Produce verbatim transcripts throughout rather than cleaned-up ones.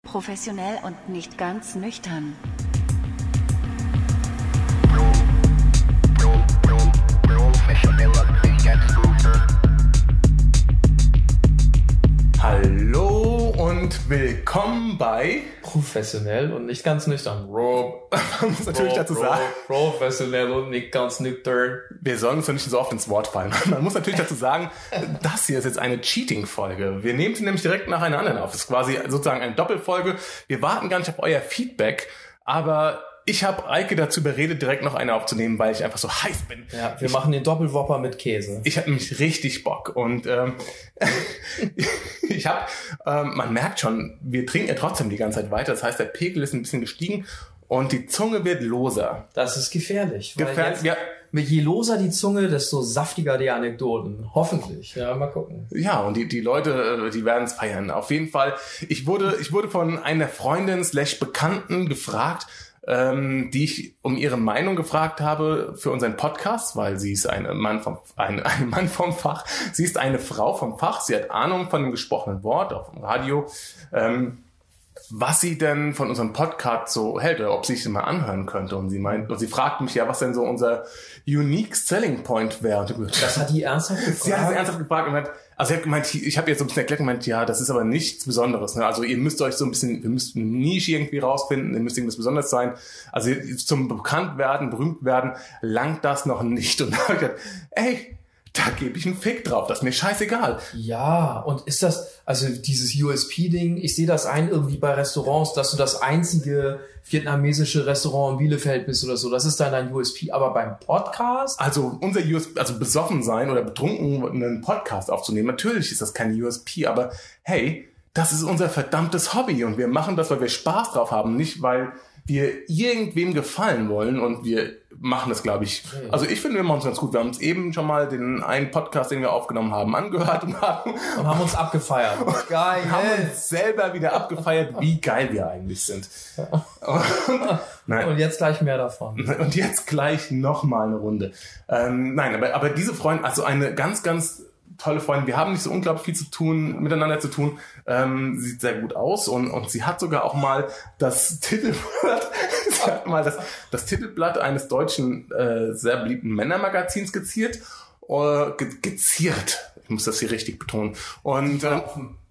Professionell und nicht ganz nüchtern. Hallo und willkommen bei Professionell und nicht ganz nüchtern. Rob. Man muss natürlich dazu sagen, Professionell und nicht ganz nüchtern. Wir sollen uns doch nicht so oft ins Wort fallen. Man muss natürlich dazu sagen, das hier ist jetzt eine Cheating-Folge. Wir nehmen sie nämlich direkt nach einer anderen auf. Das ist quasi sozusagen eine Doppelfolge. Wir warten gar nicht auf euer Feedback, aber ich habe Eike dazu überredet, direkt noch eine aufzunehmen, weil ich einfach so heiß bin. Ja, wir ich, machen den Doppelwhopper mit Käse. Ich habe nämlich richtig Bock und ähm, ich habe, ähm, man merkt schon, wir trinken ja trotzdem die ganze Zeit weiter. Das heißt, der Pegel ist ein bisschen gestiegen und die Zunge wird loser. Das ist gefährlich. Gefährlich, ja. Je loser die Zunge, desto saftiger die Anekdoten. Hoffentlich. Ja, mal gucken. Ja, und die, die Leute, die werden es feiern. Auf jeden Fall. Ich wurde, ich wurde von einer Freundin slash Bekannten gefragt, ähm, die ich um ihre Meinung gefragt habe für unseren Podcast, weil sie ist ein Mann vom, ein, ein Mann vom Fach. Sie ist eine Frau vom Fach. Sie hat Ahnung von dem gesprochenen Wort auf dem Radio. Ähm, was sie denn von unserem Podcast so hält oder ob sie sich mal anhören könnte. Und sie meint, und sie fragt mich ja, was denn so unser unique selling point wäre. Das hat die ernsthaft gefragt? Sie hat es ernsthaft gefragt und hat, also sie hat gemeint, ich habe jetzt so ein bisschen erklärt und gemeint, ja, das ist aber nichts Besonderes. Ne? Also ihr müsst euch so ein bisschen, wir müsst eine Nische irgendwie rausfinden, ihr müsst irgendwas Besonderes sein. Also zum Bekanntwerden, berühmt werden, langt das noch nicht. Und da habe ich gedacht, ey, da gebe ich einen Fick drauf, das ist mir scheißegal. Ja, und ist das, also dieses U S P-Ding, ich sehe das ein irgendwie bei Restaurants, dass du das einzige vietnamesische Restaurant in Bielefeld bist oder so, das ist dann dein U S P, aber beim Podcast? Also unser U S P, also besoffen sein oder betrunken einen Podcast aufzunehmen, natürlich ist das kein U S P, aber hey, das ist unser verdammtes Hobby und wir machen das, weil wir Spaß drauf haben, nicht weil wir irgendwem gefallen wollen und wir machen das, glaube ich. Okay. Also ich finde, wir machen es ganz gut. Wir haben uns eben schon mal den einen Podcast, den wir aufgenommen haben, angehört und haben, und haben uns abgefeiert. Geil. Haben uns selber wieder abgefeiert, wie geil wir eigentlich sind. Und, nein. Und jetzt gleich mehr davon. Und jetzt gleich nochmal eine Runde. Ähm, nein, aber, aber diese Freundin, also eine ganz, ganz tolle Freundin. Wir haben nicht so unglaublich viel zu tun, miteinander zu tun. Ähm, sieht sehr gut aus und, und sie hat sogar auch mal das Titelblatt, sie hat mal das, das Titelblatt eines deutschen, äh, sehr beliebten Männermagazins skizziert, äh, ge- geziert. Ich muss das hier richtig betonen. Und, äh,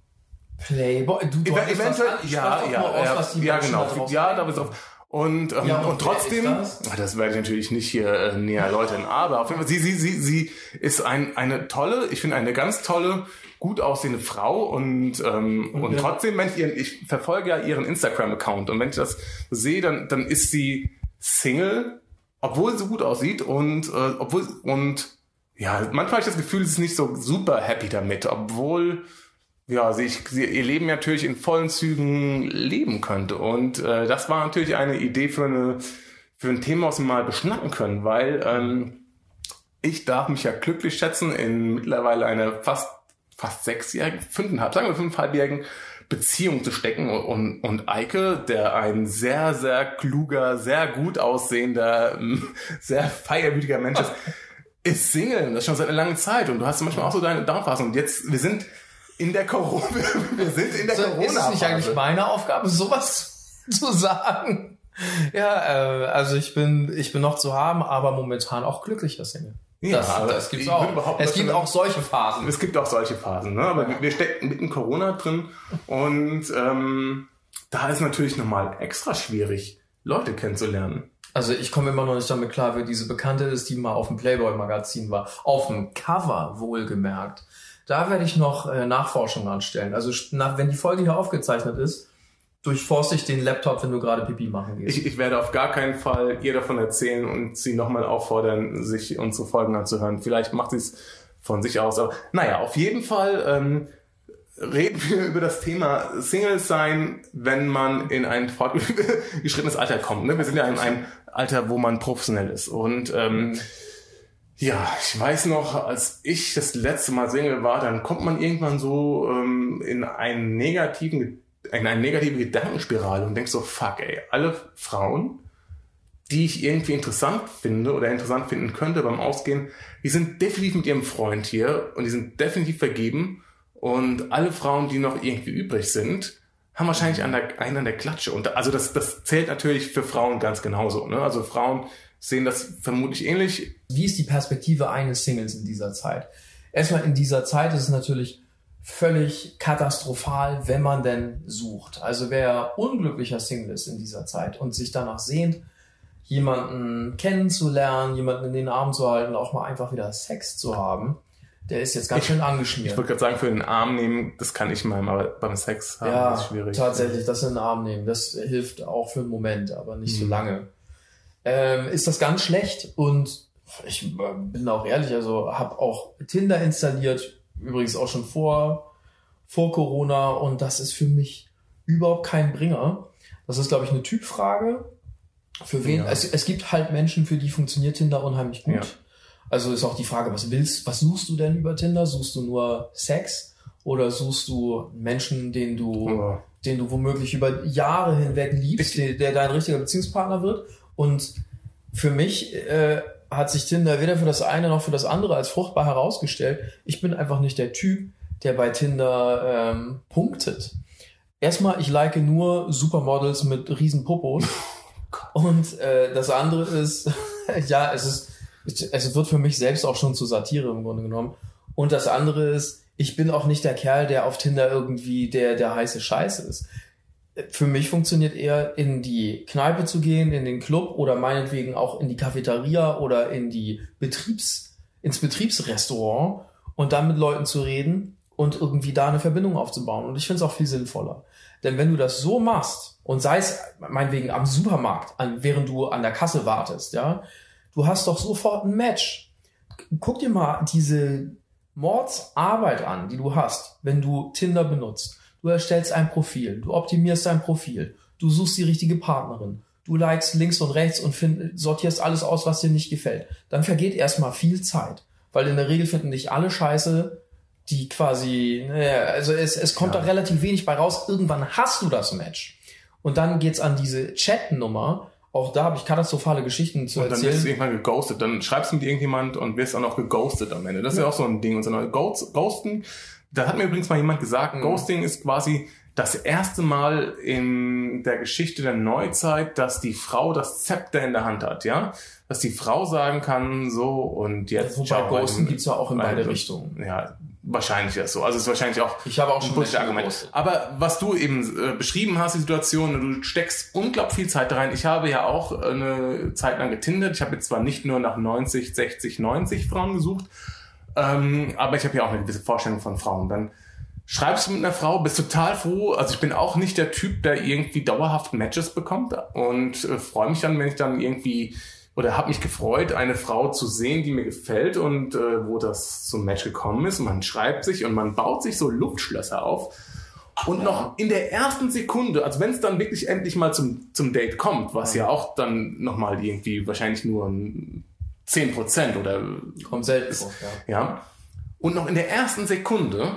Playboy, du, du eventuell, ja, ja, aus, ja, was die ja, genau, da ja, da bist du drauf. Und, ähm, ja, und, und trotzdem, das? das werde ich natürlich nicht hier äh, näher erläutern, aber auf jeden Fall, sie, sie, sie, sie ist ein, eine tolle, ich finde eine ganz tolle, gut aussehende Frau und, ähm, und, und ja. trotzdem, wenn ich ihren, ich verfolge ja ihren Instagram-Account und wenn ich das sehe, dann, dann ist sie Single, obwohl sie so gut aussieht und, äh, obwohl, und, ja, manchmal habe ich das Gefühl, sie ist nicht so super happy damit, obwohl, ja, sie, sie ihr Leben natürlich in vollen Zügen leben könnte. Und äh, das war natürlich eine Idee für eine für ein Thema, was wir mal beschnacken können, weil ähm, ich darf mich ja glücklich schätzen, in mittlerweile einer fast fast sechsjährigen, fünfeinhalb, sagen wir fünfeinhalbjährigen Beziehung zu stecken. Und, und Eike, der ein sehr, sehr kluger, sehr gut aussehender, sehr feierwütiger Mensch ist, ist Single. Das schon seit einer langen Zeit. Und du hast manchmal auch so deine Downphase. Und jetzt, wir sind in der Corona, wir sind in der so, Corona-Phase. Ist es nicht eigentlich meine Aufgabe, sowas zu sagen? Ja, äh, also ich bin, ich bin noch zu haben, aber momentan auch glücklicher Single. Ja, das, aber das gibt's auch. Es gibt auch solche Phasen. Es gibt auch solche Phasen, ne? Aber ja. wir stecken mitten Corona drin und ähm, da ist natürlich nochmal extra schwierig, Leute kennenzulernen. Also ich komme immer noch nicht damit klar, wer diese Bekannte ist, die mal auf dem Playboy-Magazin war. Auf dem Cover, wohlgemerkt. Da werde ich noch äh, Nachforschung anstellen. Also nach, wenn die Folge hier aufgezeichnet ist, durchforste ich den Laptop, wenn du gerade Pipi machen gehst. Ich, ich werde auf gar keinen Fall ihr davon erzählen und sie nochmal auffordern, sich unsere Folgen anzuhören. Vielleicht macht sie es von sich aus. Aber naja, auf jeden Fall ähm, reden wir über das Thema Single sein, wenn man in ein fortgeschrittenes Alter kommt. Ne? Wir sind ja in einem Alter, wo man professionell ist. Und ähm, ja, ich weiß noch, als ich das letzte Mal Single war, dann kommt man irgendwann so ähm, in einen negativen, in eine negative Gedankenspirale und denkt so, fuck ey, alle Frauen, die ich irgendwie interessant finde oder interessant finden könnte beim Ausgehen, die sind definitiv mit ihrem Freund hier und die sind definitiv vergeben und alle Frauen, die noch irgendwie übrig sind, haben wahrscheinlich an der, einen an der Klatsche. Und also das, das zählt natürlich für Frauen ganz genauso. Ne? Also Frauen sehen das vermutlich ähnlich. Wie ist die Perspektive eines Singles in dieser Zeit? Erstmal in dieser Zeit ist es natürlich völlig katastrophal, wenn man denn sucht. Also wer unglücklicher Single ist in dieser Zeit und sich danach sehnt, jemanden kennenzulernen, jemanden in den Arm zu halten, auch mal einfach wieder Sex zu haben, der ist jetzt ganz ich, schön angeschmiert. Ich wollte gerade sagen, für den Arm nehmen, das kann ich mal, aber beim Sex haben, ja, das ist schwierig. Tatsächlich, das in den Arm nehmen, das hilft auch für einen Moment, aber nicht mhm. so lange. Ähm, ist das ganz schlecht und ich bin auch ehrlich, also habe auch Tinder installiert, übrigens auch schon vor, vor Corona und das ist für mich überhaupt kein Bringer. Das ist, glaube ich, eine Typfrage. Für wen? Ja. Es, es gibt halt Menschen, für die funktioniert Tinder unheimlich gut. Ja. Also ist auch die Frage, was willst, was suchst du denn über Tinder? Suchst du nur Sex oder suchst du Menschen, den du, oh. den du womöglich über Jahre hinweg liebst, der, der dein richtiger Beziehungspartner wird? Und für mich äh, hat sich Tinder weder für das eine noch für das andere als fruchtbar herausgestellt. Ich bin einfach nicht der Typ, der bei Tinder ähm, punktet. Erstmal, ich like nur Supermodels mit riesen Popos. Und äh, das andere ist, ja, es ist, es wird für mich selbst auch schon zu Satire im Grunde genommen. Und das andere ist, ich bin auch nicht der Kerl, der auf Tinder irgendwie der, der heiße Scheiß ist. Für mich funktioniert eher, in die Kneipe zu gehen, in den Club oder meinetwegen auch in die Cafeteria oder in die Betriebs, ins Betriebsrestaurant und dann mit Leuten zu reden und irgendwie da eine Verbindung aufzubauen. Und ich finde es auch viel sinnvoller. Denn wenn du das so machst und sei es meinetwegen am Supermarkt, an, während du an der Kasse wartest, ja, du hast doch sofort ein Match. Guck dir mal diese Mordsarbeit an, die du hast, wenn du Tinder benutzt. Du erstellst ein Profil, du optimierst dein Profil, du suchst die richtige Partnerin, du likest links und rechts und find, sortierst alles aus, was dir nicht gefällt. Dann vergeht erstmal viel Zeit, weil in der Regel finden dich alle Scheiße, die quasi, naja, also es, es kommt ja. da relativ wenig bei raus. Irgendwann hast du das Match. Und dann geht's an diese Chat-Nummer. Auch da habe ich katastrophale Geschichten zu erzählen. Und dann wirst du irgendwann geghostet. Dann schreibst du mit irgendjemand und wirst auch noch geghostet am Ende. Das ist ja, ja auch so ein Ding. Und so ein Ghosten, da hat mir übrigens mal jemand gesagt, mhm. Ghosting ist quasi das erste Mal in der Geschichte der Neuzeit, dass die Frau das Zepter in der Hand hat, ja? Dass die Frau sagen kann, so, und jetzt... Wobei Ghosten gibt's ja auch in beide Richtungen. Ja, wahrscheinlich ist das so. Also es ist wahrscheinlich auch... Ich habe auch schon ein Argument. Aber was du eben äh, beschrieben hast, die Situation, du steckst unglaublich viel Zeit rein. Ich habe ja auch eine Zeit lang getindert. Ich habe jetzt zwar nicht nur nach neunzig, sechzig, neunzig Frauen gesucht, ähm, aber ich habe ja auch eine gewisse Vorstellung von Frauen. Dann schreibst du mit einer Frau, bist total froh. Also ich bin auch nicht der Typ, der irgendwie dauerhaft Matches bekommt und äh, freue mich dann, wenn ich dann irgendwie... Oder habe mich gefreut, eine Frau zu sehen, die mir gefällt und äh, wo das zum Match gekommen ist. Und man schreibt sich und man baut sich so Luftschlösser auf. Und ja. noch in der ersten Sekunde, also wenn es dann wirklich endlich mal zum, zum Date kommt, was ja, ja auch dann nochmal irgendwie wahrscheinlich nur ein zehn Prozent oder... Kommt selten ist, vor, ja. ja. Und noch in der ersten Sekunde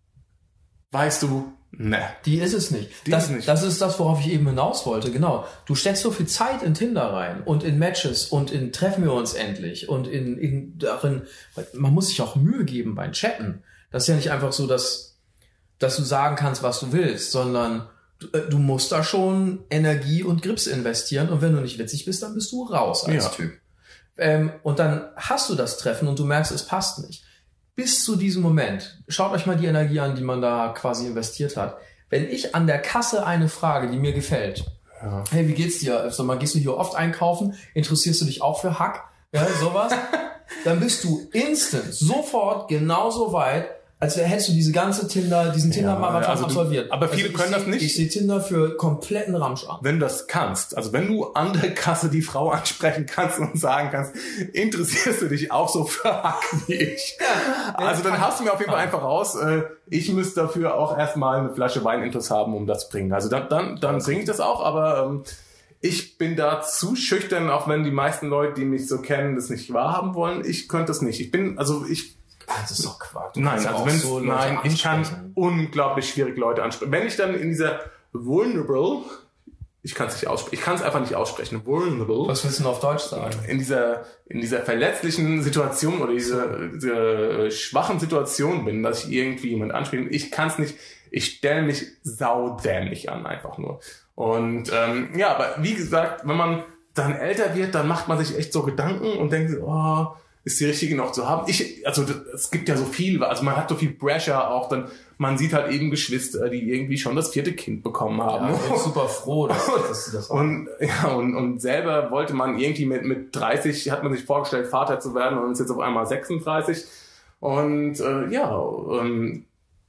weißt du... Ne. Die ist es nicht. Die das, ist nicht. Das ist das, worauf ich eben hinaus wollte. Genau. Du steckst so viel Zeit in Tinder rein und in Matches und in treffen wir uns endlich und in, in darin, man muss sich auch Mühe geben beim Chatten. Das ist ja nicht einfach so, dass, dass du sagen kannst, was du willst, sondern du, du musst da schon Energie und Grips investieren und wenn du nicht witzig bist, dann bist du raus als ja. Typ. Ähm, und dann hast du das Treffen und du merkst, es passt nicht. Bis zu diesem Moment, schaut euch mal die Energie an, die man da quasi investiert hat. Wenn ich an der Kasse eine Frage, die mir gefällt, ja. hey, wie geht's dir? Also, mal, gehst du hier oft einkaufen? Interessierst du dich auch für Hack? Ja, sowas? Dann bist du instant, sofort genauso weit, als hättest du diese ganze Tinder, diesen Tinder-Marathon ja, also absolviert. Du, aber viele also können seh, das nicht. Ich sehe Tinder für kompletten Ramsch an. Wenn du das kannst, also wenn du an der Kasse die Frau ansprechen kannst und sagen kannst, interessierst du dich auch so für Hack wie ich? Ja, also dann hast du mir auf jeden Fall einfach raus, äh, ich müsste dafür auch erstmal eine Flasche Wein intus haben, um das zu bringen. Also dann, dann, dann bringe ich das auch, aber ähm, ich bin da zu schüchtern, auch wenn die meisten Leute, die mich so kennen, das nicht wahrhaben wollen. Ich könnte das nicht. Ich bin, also ich Das ist doch Quark. Du nein, also wenn so nein, ich kann unglaublich schwierig Leute ansprechen. Wenn ich dann in dieser vulnerable Ich kann es nicht aussprechen. Ich kann es einfach nicht aussprechen. Vulnerable. Was willst du denn auf Deutsch sagen? In dieser, in dieser verletzlichen Situation oder dieser, dieser schwachen Situation bin, dass ich irgendwie jemand anspiele. Ich kann es nicht. Ich stelle mich saudämlich an, einfach nur. Und ähm, ja, aber wie gesagt, wenn man dann älter wird, dann macht man sich echt so Gedanken und denkt, oh, ist die richtige noch zu haben? Ich, also es gibt ja so viel, also man hat so viel Pressure auch, dann man sieht halt eben Geschwister, die irgendwie schon das vierte Kind bekommen haben. Ja, ich bin super froh, dass, dass sie das haben. Und ja, und, und selber wollte man irgendwie mit mit dreißig, hat man sich vorgestellt, Vater zu werden und ist jetzt auf einmal sechsunddreißig. Und äh, ja, ähm,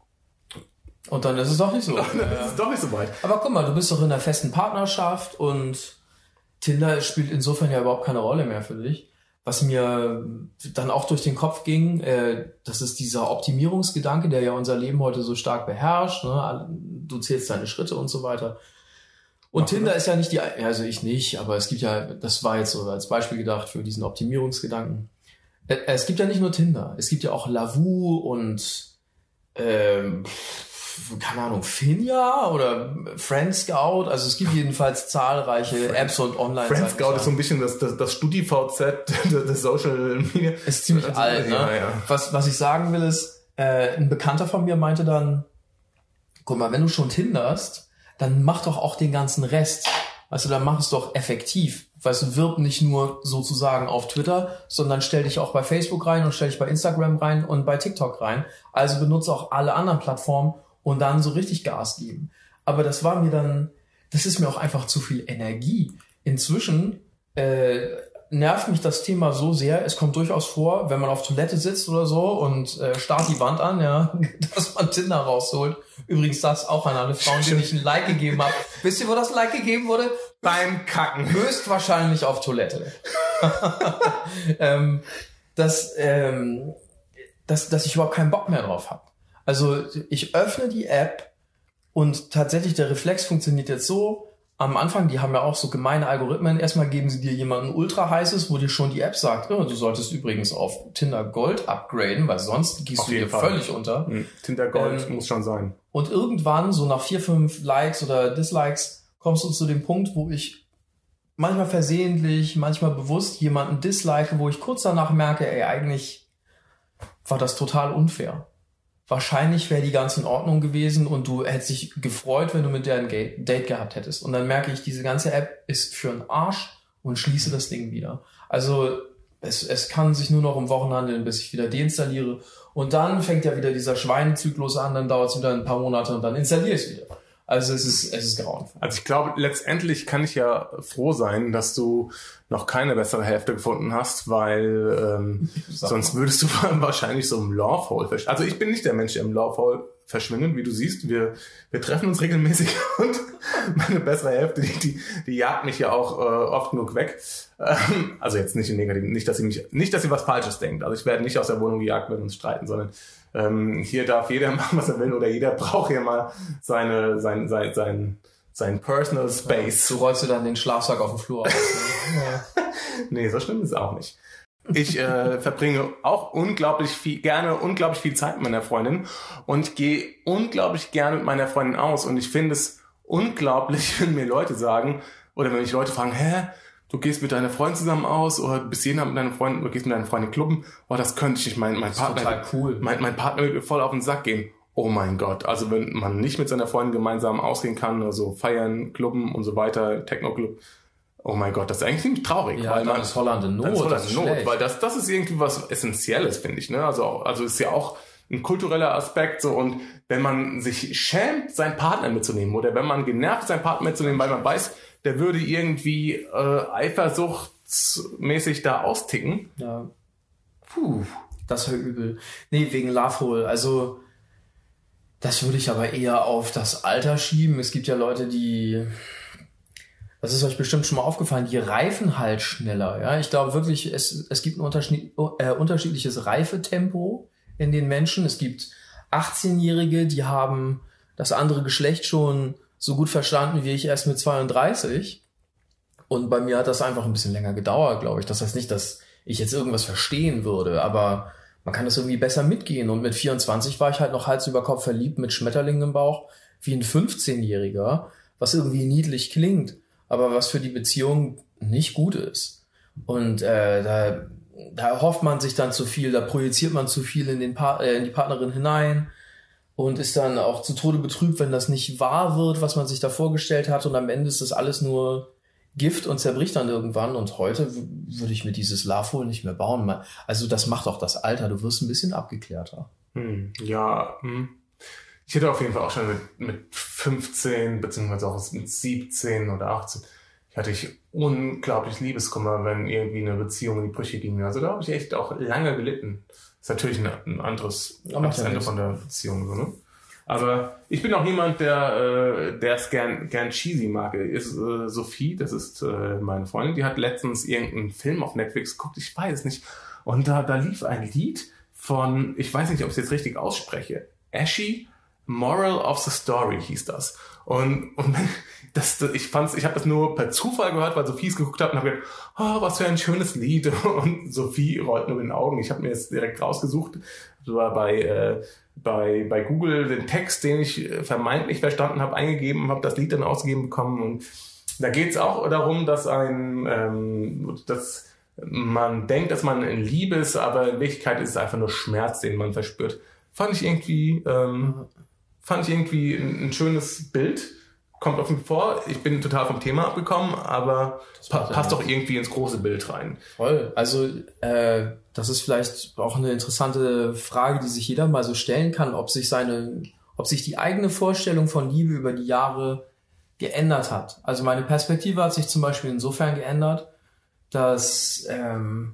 und dann ist es doch nicht so. dann ist es doch nicht so weit. Aber guck mal, du bist doch in einer festen Partnerschaft und Tinder spielt insofern ja überhaupt keine Rolle mehr für dich. Was mir dann auch durch den Kopf ging, äh, das ist dieser Optimierungsgedanke, der ja unser Leben heute so stark beherrscht. Ne? Du zählst deine Schritte und so weiter. Und Ach, Tinder ist ja nicht die, also ich nicht, aber es gibt ja, das war jetzt so als Beispiel gedacht für diesen Optimierungsgedanken. Äh, es gibt ja nicht nur Tinder, es gibt ja auch Lavu und ähm, keine Ahnung, Finja oder Friendscout, also es gibt jedenfalls zahlreiche Friend, Apps und online Friendscout ist so ein bisschen das, das, das StudiVZ des Social Media. Ist ziemlich also, alt, ne? Ja, ja. Was, was ich sagen will ist, äh, ein Bekannter von mir meinte dann, guck mal, wenn du schon tinderst, dann mach doch auch den ganzen Rest. Weißt du, dann mach es doch effektiv. Weißt du, wirb nicht nur sozusagen auf Twitter, sondern stell dich auch bei Facebook rein und stell dich bei Instagram rein und bei TikTok rein. Also benutze auch alle anderen Plattformen und dann so richtig Gas geben. Aber das war mir dann, das ist mir auch einfach zu viel Energie. Inzwischen äh, nervt mich das Thema so sehr, es kommt durchaus vor, wenn man auf Toilette sitzt oder so und äh, starrt die Wand an, ja, dass man Tinder rausholt. Übrigens das auch an alle Frauen, denen ich ein Like gegeben habe. Wisst ihr, wo das Like gegeben wurde? Beim Kacken. Höchstwahrscheinlich auf Toilette. ähm, dass, ähm, dass, dass ich überhaupt keinen Bock mehr drauf habe. Also ich öffne die App und tatsächlich der Reflex funktioniert jetzt so. Am Anfang, die haben ja auch so gemeine Algorithmen. Erstmal geben sie dir jemanden ultra heißes, wo dir schon die App sagt, oh, du solltest übrigens auf Tinder Gold upgraden, weil sonst gehst auf du dir Fall. völlig unter. Mhm. Tinder Gold ähm, muss schon sein. Und irgendwann, so nach vier, fünf Likes oder Dislikes, kommst du zu dem Punkt, wo ich manchmal versehentlich, manchmal bewusst jemanden dislike, wo ich kurz danach merke, ey, eigentlich war das total unfair. Wahrscheinlich wäre die ganz in Ordnung gewesen und du hättest dich gefreut, wenn du mit der ein Date gehabt hättest. Und dann merke ich, diese ganze App ist für einen Arsch und schließe das Ding wieder. Also es, es kann sich nur noch um Wochen handeln, bis ich wieder deinstalliere. Und dann fängt ja wieder dieser Schweinezyklus an, dann dauert es wieder ein paar Monate und dann installiere ich es wieder. Also es ist, es ist grauenvoll. Also ich glaube, letztendlich kann ich ja froh sein, dass du noch keine bessere Hälfte gefunden hast, weil ähm, sonst würdest du wahrscheinlich so im Love Hole verschwinden. Also ich bin nicht der Mensch, der im Love Hole verschwindet, wie du siehst. Wir wir treffen uns regelmäßig und meine bessere Hälfte, die die, die jagt mich ja auch äh, oft genug weg. Ähm, also jetzt nicht im Negativen, nicht, dass sie mich, nicht, dass sie was Falsches denkt. Also ich werde nicht aus der Wohnung gejagt, wenn wir uns streiten, sondern ähm, hier darf jeder machen, was er will, oder jeder braucht hier mal seine sein sein sein sein Personal Space. Ja, du rollst du dann den Schlafsack auf den Flur aus. Ne? Ja. Nee, so schlimm ist es auch nicht. Ich äh, verbringe auch unglaublich viel, gerne unglaublich viel Zeit mit meiner Freundin und gehe unglaublich gerne mit meiner Freundin aus. Und ich finde es unglaublich, wenn mir Leute sagen, oder wenn mich Leute fragen, hä, du gehst mit deiner Freundin zusammen aus oder bist jeden Abend mit deiner Freundin oder gehst mit deiner Freundin klubben. Oh, das könnte ich nicht. Mein, mein Partner, total cool. Mein, mein Partner wird mir voll auf den Sack gehen. Oh mein Gott. Also wenn man nicht mit seiner Freundin gemeinsam ausgehen kann, also feiern, klubben und so weiter, Techno-Club. Oh mein Gott, das ist eigentlich ziemlich traurig. Ja, weil dann man, ist Holland in Not. Dann ist Holland das in Not, weil das, das ist irgendwie was Essentielles, finde ich. Ne? Also, also ist ja auch ein kultureller Aspekt. So, und wenn man sich schämt, seinen Partner mitzunehmen oder wenn man genervt ist, seinen Partner mitzunehmen, weil man weiß, der würde irgendwie äh, eifersuchtsmäßig da austicken. Ja. Puh, das wäre übel. Nee, wegen Love Hole. Also das würde ich aber eher auf das Alter schieben. Es gibt ja Leute, die, das ist euch bestimmt schon mal aufgefallen, die reifen halt schneller. Ja, ich glaube wirklich, es, es gibt ein Unterschied, äh, unterschiedliches Reifetempo in den Menschen. Es gibt achtzehnjährige, die haben das andere Geschlecht schon so gut verstanden wie ich erst mit zweiunddreißig. Und bei mir hat das einfach ein bisschen länger gedauert, glaube ich. Das heißt nicht, dass ich jetzt irgendwas verstehen würde, aber man kann das irgendwie besser mitgehen. Und mit vierundzwanzig war ich halt noch Hals über Kopf verliebt mit Schmetterlingen im Bauch, wie ein fünfzehnjähriger, was irgendwie niedlich klingt, aber was für die Beziehung nicht gut ist. Und äh, da, da hofft man sich dann zu viel, da projiziert man zu viel in, den pa- äh, in die Partnerin hinein und ist dann auch zu Tode betrübt, wenn das nicht wahr wird, was man sich da vorgestellt hat. Und am Ende ist das alles nur Gift und zerbricht dann irgendwann. Und heute w- würde ich mir dieses Love-Hole nicht mehr bauen. Also das macht auch das Alter. Du wirst ein bisschen abgeklärter. Hm, ja, hm. Ich hätte auf jeden Fall auch schon mit, mit fünfzehn, beziehungsweise auch mit siebzehn oder achtzehn, hatte ich unglaublich Liebeskummer, wenn irgendwie eine Beziehung in die Brüche ging. Also da habe ich echt auch lange gelitten. Das ist natürlich ein, ein anderes das Ende von der Beziehung. So, ne? Aber ich bin auch jemand, der äh, der es gern, gern cheesy mag. Ist äh, Sophie, das ist äh, meine Freundin, die hat letztens irgendeinen Film auf Netflix geguckt, ich weiß es nicht. Und da, da lief ein Lied von, ich weiß nicht, ob ich es jetzt richtig ausspreche, Ashy, Moral of the Story hieß das. Und, und das, ich fand's, ich habe das nur per Zufall gehört, weil Sophie es geguckt hat und habe gedacht, oh, was für ein schönes Lied. Und Sophie rollt nur mit den Augen. Ich habe mir jetzt direkt rausgesucht, so bei äh, bei bei Google den Text, den ich vermeintlich verstanden habe, eingegeben, habe das Lied dann ausgegeben bekommen. Und da geht's auch darum, dass ein ähm, dass man denkt, dass man in Liebe ist, aber in Wirklichkeit ist es einfach nur Schmerz, den man verspürt. Fand ich irgendwie ähm, Fand ich irgendwie ein, ein schönes Bild. Kommt auf mich vor. Ich bin total vom Thema abgekommen, aber pa- passt doch irgendwie ins große Bild rein. Voll. Also äh, das ist vielleicht auch eine interessante Frage, die sich jeder mal so stellen kann, ob sich seine, ob sich die eigene Vorstellung von Liebe über die Jahre geändert hat. Also meine Perspektive hat sich zum Beispiel insofern geändert, dass ähm,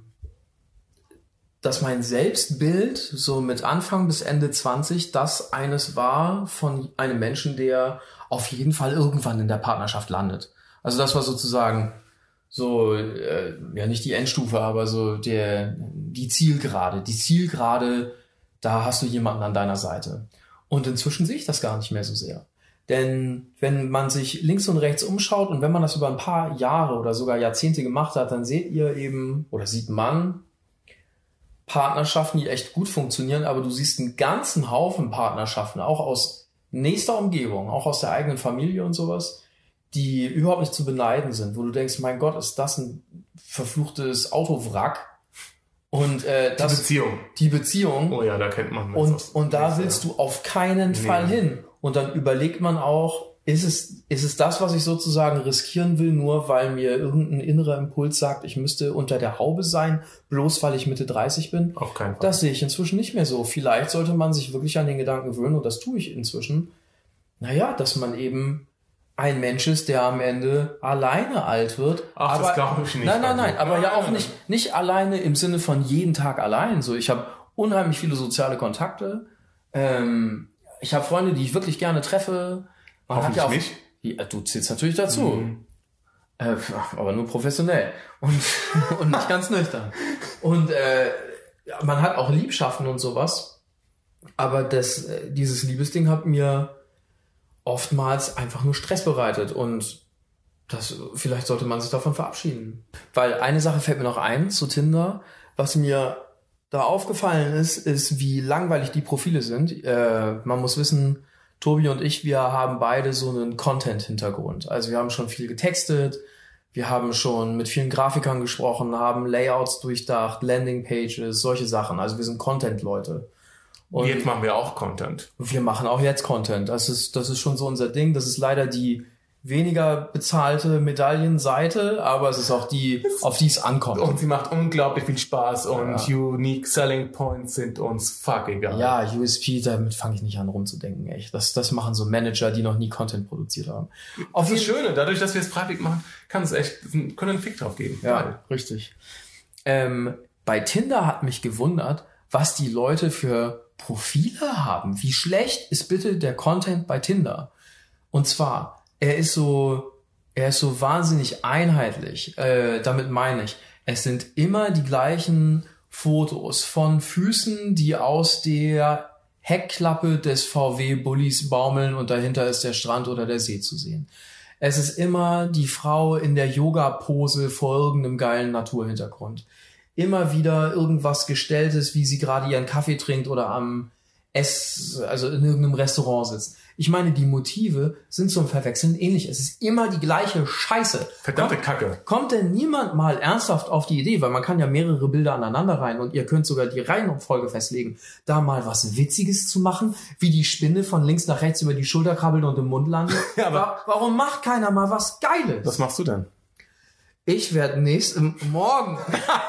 dass mein Selbstbild so mit Anfang bis Ende zwanzig das eines war von einem Menschen, der auf jeden Fall irgendwann in der Partnerschaft landet. Also das war sozusagen so, äh, ja nicht die Endstufe, aber so der die Zielgerade. Die Zielgerade, da hast du jemanden an deiner Seite. Und inzwischen sehe ich das gar nicht mehr so sehr. Denn wenn man sich links und rechts umschaut und wenn man das über ein paar Jahre oder sogar Jahrzehnte gemacht hat, dann seht ihr eben, oder sieht man, Partnerschaften, die echt gut funktionieren, aber du siehst einen ganzen Haufen Partnerschaften, auch aus nächster Umgebung, auch aus der eigenen Familie und sowas, die überhaupt nicht zu beneiden sind, wo du denkst, mein Gott, ist das ein verfluchtes Autowrack? Und äh, das, die Beziehung. Die Beziehung. Oh ja, da kennt man Und, aus, und da willst ja. du auf keinen nee. Fall hin. Und dann überlegt man auch, ist es, ist es das, was ich sozusagen riskieren will, nur weil mir irgendein innerer Impuls sagt, ich müsste unter der Haube sein, bloß weil ich Mitte dreißig bin? Auf keinen Fall. Das sehe ich inzwischen nicht mehr so. Vielleicht sollte man sich wirklich an den Gedanken gewöhnen, und das tue ich inzwischen, naja, dass man eben ein Mensch ist, der am Ende alleine alt wird. Ach, aber, das glaube ich nicht. Nein, nein, nein, aber ja auch nicht, nicht alleine im Sinne von jeden Tag allein. So, ich habe unheimlich viele soziale Kontakte. Ähm, ich habe Freunde, die ich wirklich gerne treffe. Man Hoffentlich hat ja auch, nicht. Ja, du zählst natürlich dazu. Mhm. Äh, aber nur professionell. Und, und nicht ganz nüchtern. Und äh, man hat auch Liebschaften und sowas. Aber das, dieses Liebesding hat mir oftmals einfach nur Stress bereitet. Und das, vielleicht sollte man sich davon verabschieden. Weil eine Sache fällt mir noch ein zu Tinder. Was mir da aufgefallen ist, ist, wie langweilig die Profile sind. Äh, man muss wissen, Tobi und ich, wir haben beide so einen Content-Hintergrund. Also wir haben schon viel getextet, wir haben schon mit vielen Grafikern gesprochen, haben Layouts durchdacht, Landingpages, solche Sachen. Also wir sind Content-Leute. Und jetzt machen wir auch Content. Wir machen auch jetzt Content. Das ist, das ist schon so unser Ding. Das ist leider die weniger bezahlte Medaillenseite, aber es ist auch die, auf die es ankommt. Und sie macht unglaublich viel Spaß und ja. Unique Selling Points sind uns fuck egal. Ja, U S P, damit fange ich nicht an rumzudenken, echt. Das, das machen so Manager, die noch nie Content produziert haben. Auf das Schöne, dadurch, dass wir es freiwillig machen, kann es echt, können einen Fick drauf geben. Ja, geil. Richtig. Ähm, bei Tinder hat mich gewundert, was die Leute für Profile haben. Wie schlecht ist bitte der Content bei Tinder? Und zwar, er ist so, er ist so wahnsinnig einheitlich. Äh, damit meine ich, es sind immer die gleichen Fotos von Füßen, die aus der Heckklappe des V W-Bullis baumeln und dahinter ist der Strand oder der See zu sehen. Es ist immer die Frau in der Yoga-Pose vor irgendeinem geilen Naturhintergrund. Immer wieder irgendwas Gestelltes, wie sie gerade ihren Kaffee trinkt oder am Ess, also in irgendeinem Restaurant sitzt. Ich meine, die Motive sind zum Verwechseln ähnlich. Es ist immer die gleiche Scheiße. Verdammte kommt, Kacke. Kommt denn niemand mal ernsthaft auf die Idee, weil man kann ja mehrere Bilder aneinander rein und ihr könnt sogar die Reihenfolge festlegen, da mal was Witziges zu machen, wie die Spinne von links nach rechts über die Schulter krabbelt und im Mund landet? Ja, aber warum macht keiner mal was Geiles? Was machst du denn? Ich werde nächsten Morgen,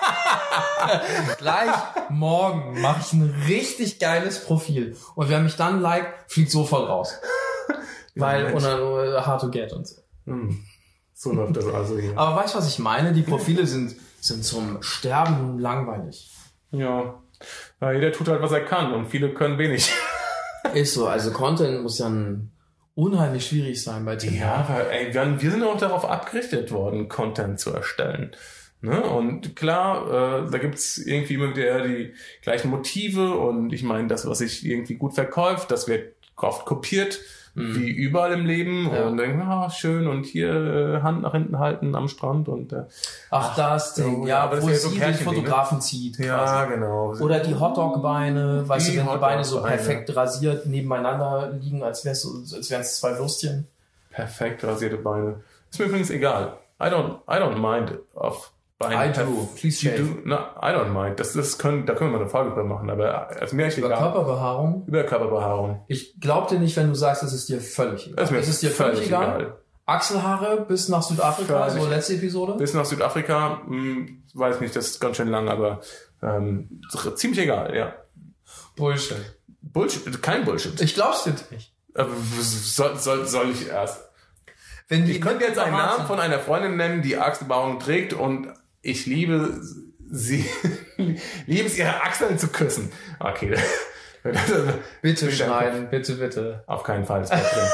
gleich morgen, mache ich ein richtig geiles Profil. Und wer mich dann liked, fliegt sofort raus. Ja, weil, und dann uh, hard to get und so. Hm. So läuft das also hier. Aber weißt du, was ich meine? Die Profile sind, sind zum Sterben langweilig. Ja. ja. Jeder tut halt, was er kann und viele können wenig. Ist so, also Content muss ja ein unheimlich schwierig sein bei Tinder. Ja, weil ey, wir, wir sind auch darauf abgerichtet worden, Content zu erstellen. Ne? Und klar, äh, da gibt's irgendwie immer wieder die gleichen Motive und ich meine, das, was sich irgendwie gut verkauft, das wird oft kopiert, mhm. wie überall im Leben. Ja. Und denken, ah, schön, und hier äh, Hand nach hinten halten am Strand und äh, ach, das Ding, ja, aber wo sie den Fotografen zieht. Quasi. Ja, genau. Oder die Hotdog-Beine, weißt du, wenn die Beine so perfekt rasiert nebeneinander liegen, als wär's so, als wären es zwei Würstchen. Perfekt rasierte Beine. Ist mir übrigens egal. I don't, I don't mind auf Beine. I do. Please shave. Do, no, I don't mind. Das, das können, da können wir mal eine Folge drüber machen, aber also mir echt egal. Über Körperbehaarung? Über Körperbehaarung. Ich glaub dir nicht, wenn du sagst, es ist dir völlig egal. Es ist, mir es ist dir völlig, völlig egal. egal. Achselhaare bis nach Südafrika, völlig. So letzte Episode? Bis nach Südafrika, hm, weiß nicht, das ist ganz schön lang, aber ähm, ziemlich egal, ja. Bullshit. Bullshit, kein Bullshit. Ich glaub's dir nicht. Aber soll, soll, soll ich erst? Wenn die ich könnte jetzt einen Namen von einer Freundin nennen, die Achselbehaarung trägt und ich liebe sie, liebe es, ihre Achseln zu küssen. Okay. Bitte schneiden, bitte, bitte. Auf keinen Fall, ist drin.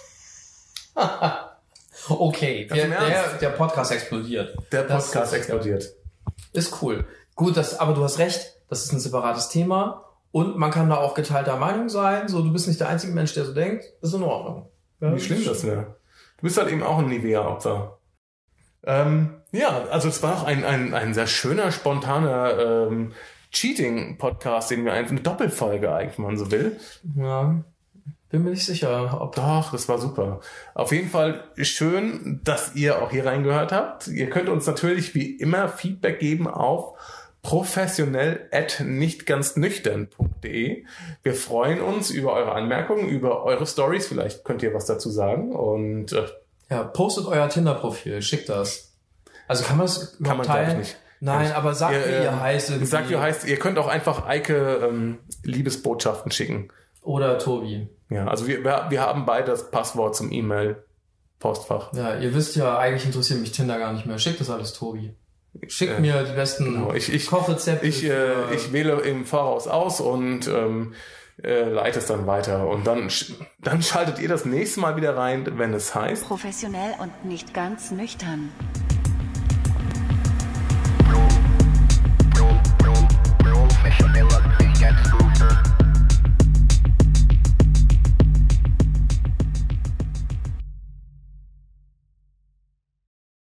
Okay, der, der, der Podcast explodiert. Der Podcast explodiert. Ist cool. Gut, das, aber du hast recht, das ist ein separates Thema und man kann da auch geteilter Meinung sein. So, du bist nicht der einzige Mensch, der so denkt. Ist in Ordnung. Ja, wie schlimm das wäre. Du bist halt eben auch ein Nivea-Opfer. Ähm, ja, also es war auch ein, ein, ein sehr schöner, spontaner ähm, Cheating-Podcast, den wir einfach eine Doppelfolge eigentlich, wenn man so will. Ja, bin mir nicht sicher. Ob Doch, das war super. Auf jeden Fall schön, dass ihr auch hier reingehört habt. Ihr könnt uns natürlich wie immer Feedback geben auf professionell at nichtganznüchtern punkt de. Wir freuen uns über eure Anmerkungen, über eure Stories. Vielleicht könnt ihr was dazu sagen. Und äh, ja, postet euer Tinder-Profil, schickt das. Also kann man es kann man teilen? Nicht. Nein, nicht. Aber sagt, ihr, wie ihr heißt. Irgendwie. Sagt, wie ihr heißt. Ihr könnt auch einfach Eike ähm, Liebesbotschaften schicken. Oder Tobi. Ja, also wir, wir, wir haben beide das Passwort zum E-Mail-Postfach. Ja, ihr wisst ja, eigentlich interessiert mich Tinder gar nicht mehr. Schickt das alles Tobi. Schickt äh, mir die besten genau. ich, ich, Kochrezepte. Ich, äh, ich wähle im Voraus aus und ähm, äh, leite es dann weiter. Und dann, dann schaltet ihr das nächste Mal wieder rein, wenn es heißt... Professionell und nicht ganz nüchtern.